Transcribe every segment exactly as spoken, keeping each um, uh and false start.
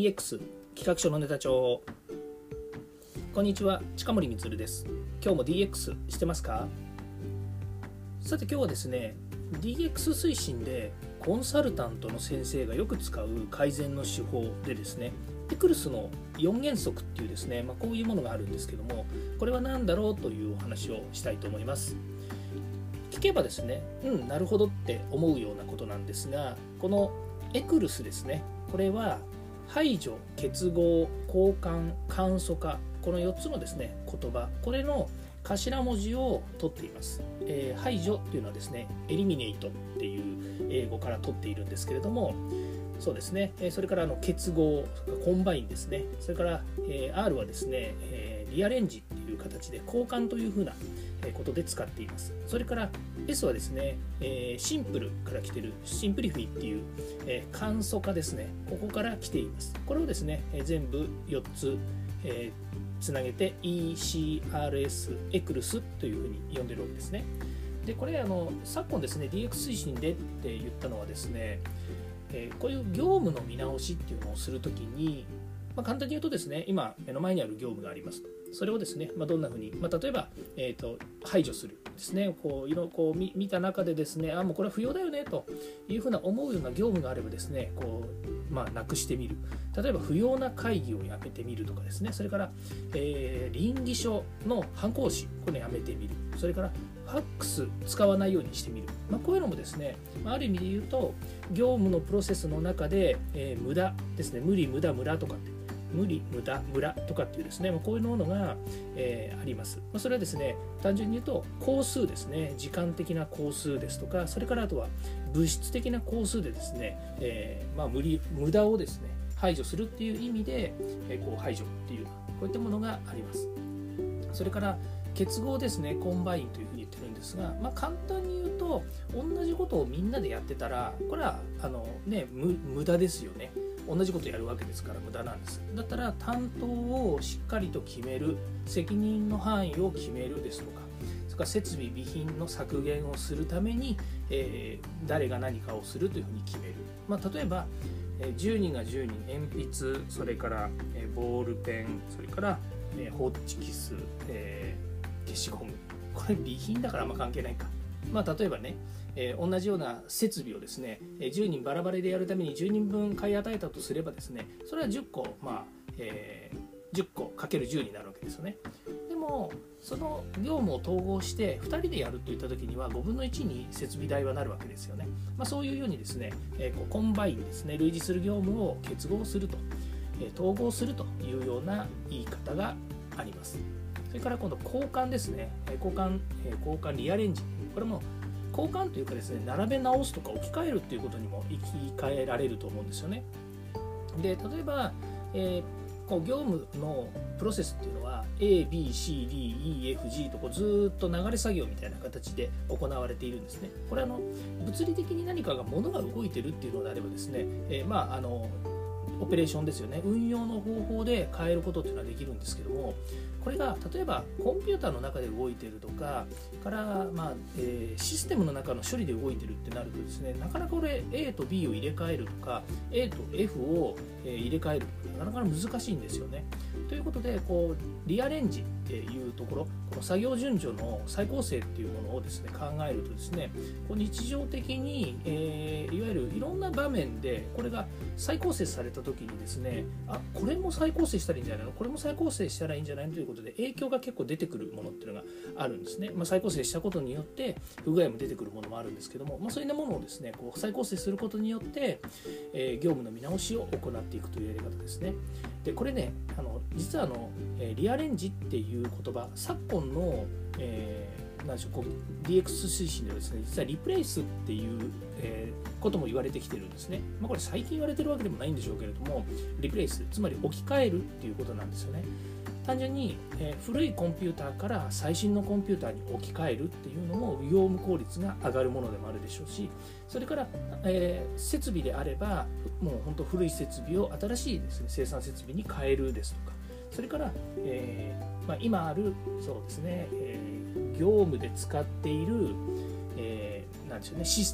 ィーエックス 企画書のネタ帳。こんにちは、近森光です。今日も ディーエックス してますか？さて今日はですね ディーエックス 推進でコンサルタントの先生がよく使う改善の手法でですね、エクルスのよん原則っていうですね、まあ、こういうものがあるんですけども、これは何だろうというお話をしたいと思います。聞けばですね、うんなるほどって思うようなことなんですが、このエクルスですね、これは排除、結合、交換、簡素化、このよっつのですね言葉、これの頭文字を取っています。えー、排除っていうのはですねエリミネイトっていう英語から取っているんですけれども、そうですね、えー、それからあの結合、コンバインですね、それから、えー、R はですね、えー、リアレンジっていう形で交換というふうなことで使っています。それから S はですね、えー、シンプルから来ているシンプリフィっていう、えー、簡素化ですね、ここから来ています。これをですね、えー、全部よっつ、えー、つなげて イーシーアールエス エクルスというふうに呼んでるわけですね。でこれあの昨今ですね ディーエックス 推進でって言ったのはですね、えー、こういう業務の見直しっていうのをするときに、まあ、簡単に言うとですね、今目の前にある業務がありますと。それをですね、まあ、どんなふうに、まあ、例えば、えーと、排除するですね、こういろこう 見, 見た中でですね、あもうこれは不要だよねというふうな思うような業務があればですね、こうまあ、なくしてみる。例えば不要な会議をやめてみるとかですね、それから、えー、稟議書の反抗紙、これやめてみる。それからファックス使わないようにしてみる。まあ、こういうのもですね、ある意味で言うと、業務のプロセスの中で、えー、無駄ですね、無理、無駄、無駄とかって、無理、無駄、無駄とかっていうですね、こういうものが、えー、あります。それはですね、単純に言うと工数ですね、時間的な工数ですとか、それからあとは物質的な工数でですね、えーまあ、無理、無駄をですね、排除するっていう意味で、えー、こう排除っていう、こういったものがあります。それから結合ですね、コンバインというふうに言ってるんですが、まあ、簡単に言うと、同じことをみんなでやってたら、これはあの、ね、無, 無駄ですよね。同じことやるわけですから無駄なんです。だったら担当をしっかりと決める、責任の範囲を決めるですとか、それから設備備品の削減をするために、えー、誰が何かをするというふうに決める。まあ、例えばじゅうにんがじゅうにん、鉛筆、それからボールペン、それからホッチキス、えー、消しゴム、これ備品だからあんま関係ないか。まあ、例えばね、えー、同じような設備をですね、じゅうにんバラバラでやるためにじゅうにんぶん買い与えたとすればですね、それはじゅっこ、まあえー、じゅっこかけるじゅうになるわけですよね。でもその業務を統合してふたりでやるといった時にはごぶんのいちに設備代はなるわけですよね。まあ、そういうようにですね、えー、こうコンバインですね、類似する業務を結合すると、えー、統合するというような言い方があります。それから今度交換ですね、交換、交換リアレンジ、これも交換というかですね、並べ直すとか置き換えるっていうことにも言い換えられると思うんですよね。で、例えば、えー、こう業務のプロセスっていうのは エービーシーディーイーエフジー とこうずっと流れ作業みたいな形で行われているんですね。これはあの物理的に何かが物が動いてるっていうのであればですね、えー、まああのオペレーションですよね、運用の方法で変えることっていうのはできるんですけども、これが例えばコンピューターの中で動いているとかから、まあえー、システムの中の処理で動いているってなるとですね、なかなかこれ A と B を入れ替えるとか A と F を入れ替えるとかなかなか難しいんですよね。ということでこうリアレンジっていうところ、この作業順序の再構成っていうものをですね考えるとですね、こう日常的に、えー、いわゆるいろんな場面でこれが再構成された時にですね、あこれも再構成したらいいんじゃないの、これも再構成したらいいんじゃないのということで影響が結構出てくるものっていうのがあるんですね。まあ、再構成したことによって不具合も出てくるものもあるんですけども、まあ、そういうものをですねこう再構成することによって、えー、業務の見直しを行っていくというやり方ですね。でこれね、あの実はあの、えー、リアレンジっていう言葉、昨今の、えー、なんでしょう、こう ディーエックス 推進ではですね、実はリプレイスっていう、えー、ことも言われてきてるんですね。まあ、これ最近言われてるわけでもないんでしょうけれども、リプレイス、つまり置き換えるっていうことなんですよね。単純に、えー、古いコンピューターから最新のコンピューターに置き換えるっていうのも業務効率が上がるものでもあるでしょうし、それから、えー、設備であればもう本当古い設備を新しいですね、生産設備に変えるですとか、それから、えーまあ、今あるそうですね、えー、業務で使っている、えー、なんでしょうね、システム、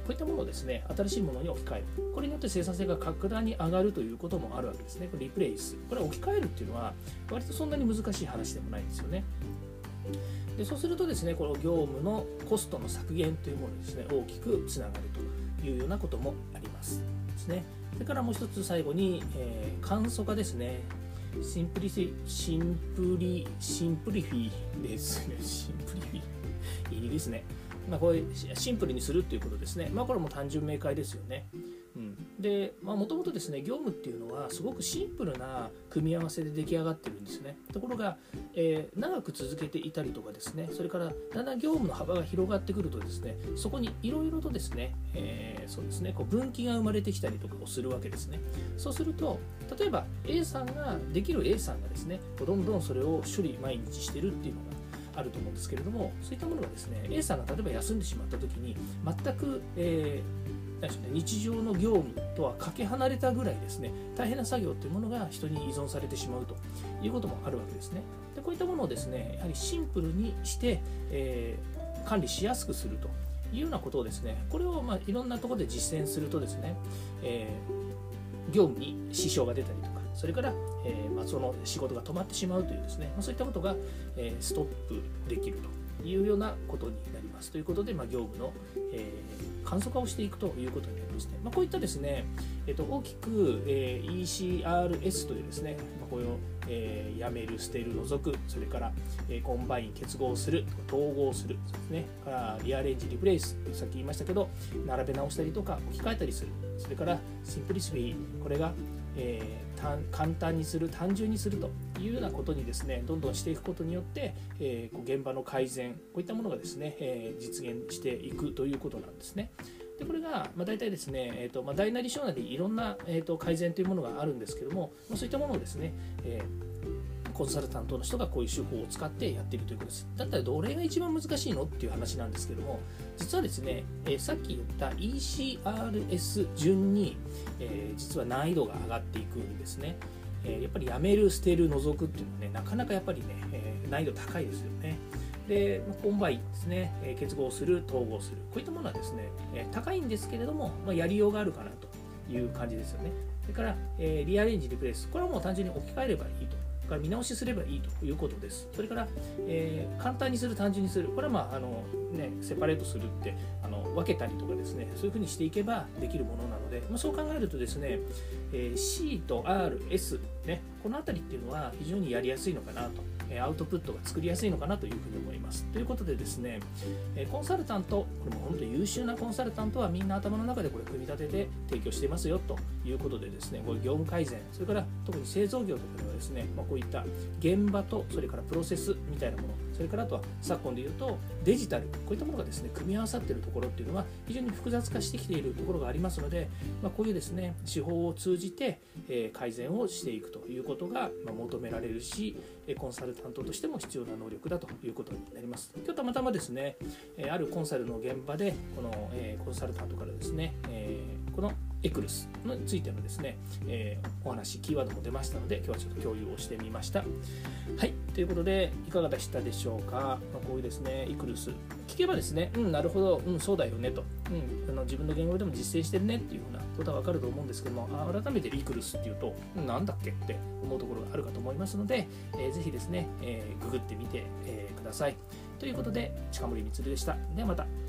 ういったものをですね、新しいものに置き換える。これによって生産性が格段に上がるということもあるわけですね。これリプレイス。これ置き換えるっていうのは、割とそんなに難しい話でもないんですよね。でそうするとですね、この業務のコストの削減というものにですね、大きくつながるというようなこともありますですね。それからもう一つ最後に、えー、簡素化ですね。シンプリシシンプリシンプリフィですね。シンプリフィいいですね。まあ、これシンプルにするということですね。まあ、これも単純明快ですよね。うん、で、もともとですね、業務っていうのはすごくシンプルな組み合わせで出来上がってるんですね。ところが、えー、長く続けていたりとかですね、それからだんだん業務の幅が広がってくるとですね、そこにいろいろとですね、えー、そうですね、こう分岐が生まれてきたりとかをするわけですね。そうすると、例えば A さんができる A さんがですね、どんどんそれを処理毎日してるっていうのがあると思うんですけれども、そういったものがですね、A さんが例えば休んでしまった時に全く、えー日常の業務とはかけ離れたぐらいですね、大変な作業というものが人に依存されてしまうということもあるわけですね。でこういったものをですね、やはりシンプルにして、えー、管理しやすくするというようなことをですね、これをまあいろんなところで実践するとですね、えー、業務に支障が出たりとか、それから、えーまあ、その仕事が止まってしまうというですね、まあ、そういったことが、えー、ストップできるというようなことになりますということで、まあ、業務の、えー簡素化をしていくということになりますね。まあ、こういったですね、えっと、大きく、えー、イーシーアールエス というですね、まあ、これを、えー、やめる、捨てる、除く、それから、えー、コンバイン、結合する、統合する、ですね、からリアレンジ、リプレイス、さっき言いましたけど、並べ直したりとか置き換えたりする、それからシンプリシフィー、これが、えー、簡単にする、単純にするというようなことにですね、どんどんしていくことによって、えー、こう現場の改善、こういったものがですね、えー、実現していくということなんですね。でこれが、まあ、大体ですね、えーとまあ、大なり小なりいろんな、えーと改善というものがあるんですけども、まあ、そういったものをですね、えー、コンサルタントの人がこういう手法を使ってやっているということです。だったらどれが一番難しいのっていう話なんですけども、実はですね、えー、さっき言った イーシーアールエス 順に、えー、実は難易度が上がっていくんですね。えー、やっぱりやめる、捨てる、除くっていうのはね、なかなかやっぱりね、えー、難易度高いですよね。で、コンバインですね、えー、結合する、統合する、こういったものはですね、えー、高いんですけれども、まあ、やりようがあるかなという感じですよね。それから、えー、リアレンジ、リプレイス、これはもう単純に置き換えればいいと。から見直しすればいいということです。それから、えー、簡単にする、単純にする、これは、まああのね、セパレートするってあの分けたりとかですね、そういうふうにしていけばできるものなので、まあ、そう考えるとですね、えー、C と アールエス、ね、このあたりっていうのは非常にやりやすいのかなと。アウトプットが作りやすいのかなというふうに思います。ということでですね、コンサルタント、これも本当に優秀なコンサルタントはみんな頭の中でこれ組み立てて提供していますよということでですね、これ業務改善、それから特に製造業とかではですね、まあ、こういった現場とそれからプロセスみたいなもの、それからあとは昨今で言うとデジタル、こういったものがですね、組み合わさっているところっていうのは非常に複雑化してきているところがありますので、まあ、こういうですね、手法を通じて、えー、改善をしていくということが求められるし、コンサルタントとしても必要な能力だということになります。今日たまたまですね、あるコンサルの現場でこのコンサルタントからですね、このエクルスについてのですね、お話、キーワードも出ましたので、今日はちょっと共有をしてみました。はい、ということでいかがでしたでしょうか。まあ、こういうですね、エクルス聞けばですね、うん、なるほど、うん、そうだよねと、うん、あの自分の言語でも実践してるねっていうふうなことは分かると思うんですけども、改めてイクルスっていうと、うん、なんだっけって思うところがあるかと思いますので、えー、ぜひですね、えー、ググってみて、えー、ください。ということで、近森光でした。ではまた。